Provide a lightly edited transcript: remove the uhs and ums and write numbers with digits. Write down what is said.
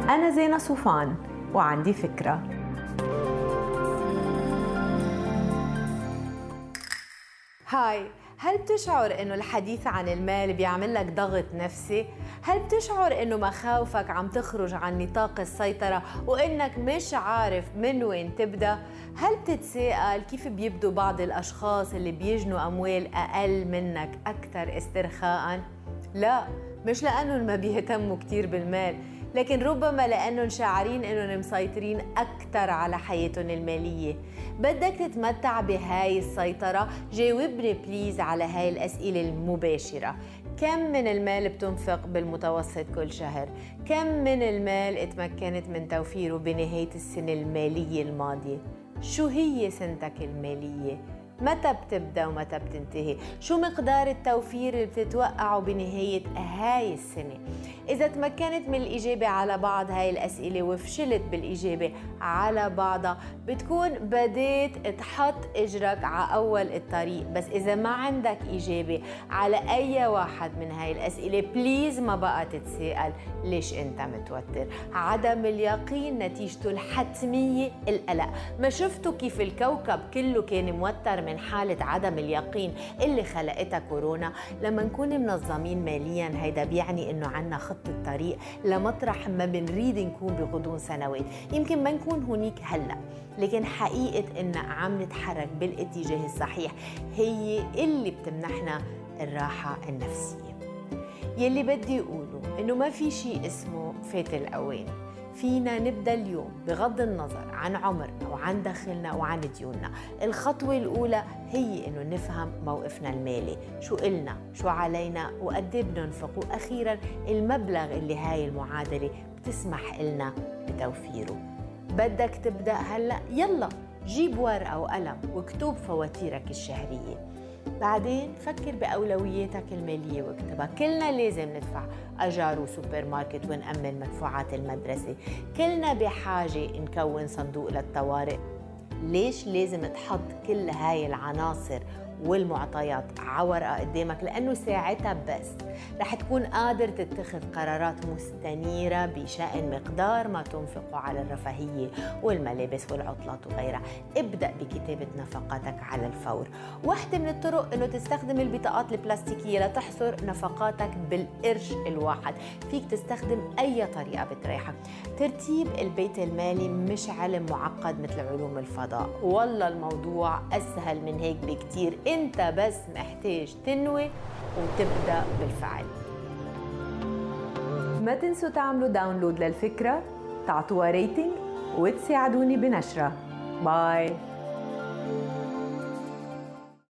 أنا زينة صوفان وعندي فكرة. هاي، هل بتشعر إنه الحديث عن المال بيعمل لك ضغط نفسي؟ هل بتشعر إنه مخاوفك عم تخرج عن نطاق السيطرة وإنك مش عارف من وين تبدأ؟ هل بتتساءل كيف بيبدوا بعض الأشخاص اللي بيجنوا أموال أقل منك أكثر استرخاءً؟ لا، مش لأنهم ما بيهتموا كتير بالمال، لكن ربما لأنهم شاعرين إنهم مسيطرين أكتر على حياتهم المالية. بدك تتمتع بهاي السيطرة؟ جاوبني بليز على هاي الأسئلة المباشرة. كم من المال بتنفق بالمتوسط كل شهر؟ كم من المال اتمكنت من توفيره بنهاية السنة المالية الماضية؟ شو هي سنتك المالية؟ متى بتبدأ ومتى بتنتهي؟ شو مقدار التوفير اللي بتتوقعه بنهاية هاي السنة؟ إذا تمكنت من الإجابة على بعض هاي الأسئلة وفشلت بالإجابة على بعضها، بتكون بديت تحط إجرك على أول الطريق. بس إذا ما عندك إجابة على أي واحد من هاي الأسئلة، بليز ما بقى تتساءل ليش أنت متوتر. عدم اليقين نتيجته الحتمية القلق. ما شفتوا كيف الكوكب كله كان موتر من حالة عدم اليقين اللي خلقتها كورونا؟ لما نكون منظمين ماليا، هيدا بيعني إنه عنا خطة طريق لمطرح ما بنريد نكون بغضون سنوات. يمكن ما نكون هونيك هلأ، لكن حقيقة إن عم نتحرك بالاتجاه الصحيح هي اللي بتمنحنا الراحة النفسية. يلي بدي أقوله إنه ما في شيء اسمه فات الأوان. فينا نبدأ اليوم بغض النظر عن عمرنا وعن دخلنا وعن ديوننا. الخطوة الأولى هي إنه نفهم موقفنا المالي، شو إلنا، شو علينا، وقد إيه بننفق، وأخيراً المبلغ اللي هاي المعادلة بتسمح إلنا بتوفيره. بدك تبدأ هلأ؟ يلا جيب ورقة وقلم واكتب فواتيرك الشهرية. بعدين فكر بأولوياتك المالية واكتبها. كلنا لازم ندفع أجار وسوبر ماركت ونأمن مدفوعات المدرسة. كلنا بحاجة نكون صندوق للطوارئ. ليش لازم تحط كل هاي العناصر والمعطيات على ورقة قدامك؟ لأنه ساعتها بس رح تكون قادر تتخذ قرارات مستنيرة بشأن مقدار ما تنفقه على الرفاهية والملابس والعطلات وغيرها. ابدأ بكتابة نفقاتك على الفور. واحدة من الطرق إنه تستخدم البطاقات البلاستيكية لتحصر نفقاتك بالقرش الواحد. فيك تستخدم أي طريقة بتريحك. ترتيب البيت المالي مش علم معقد مثل علوم الفضاء، والله الموضوع أسهل من هيك بكتير. انت بس محتاج تنوي وتبدأ بالفعل. ما تنسوا تعملوا داونلود للفكرة، تعطوها ريتنج وتساعدوني بنشرها. باي.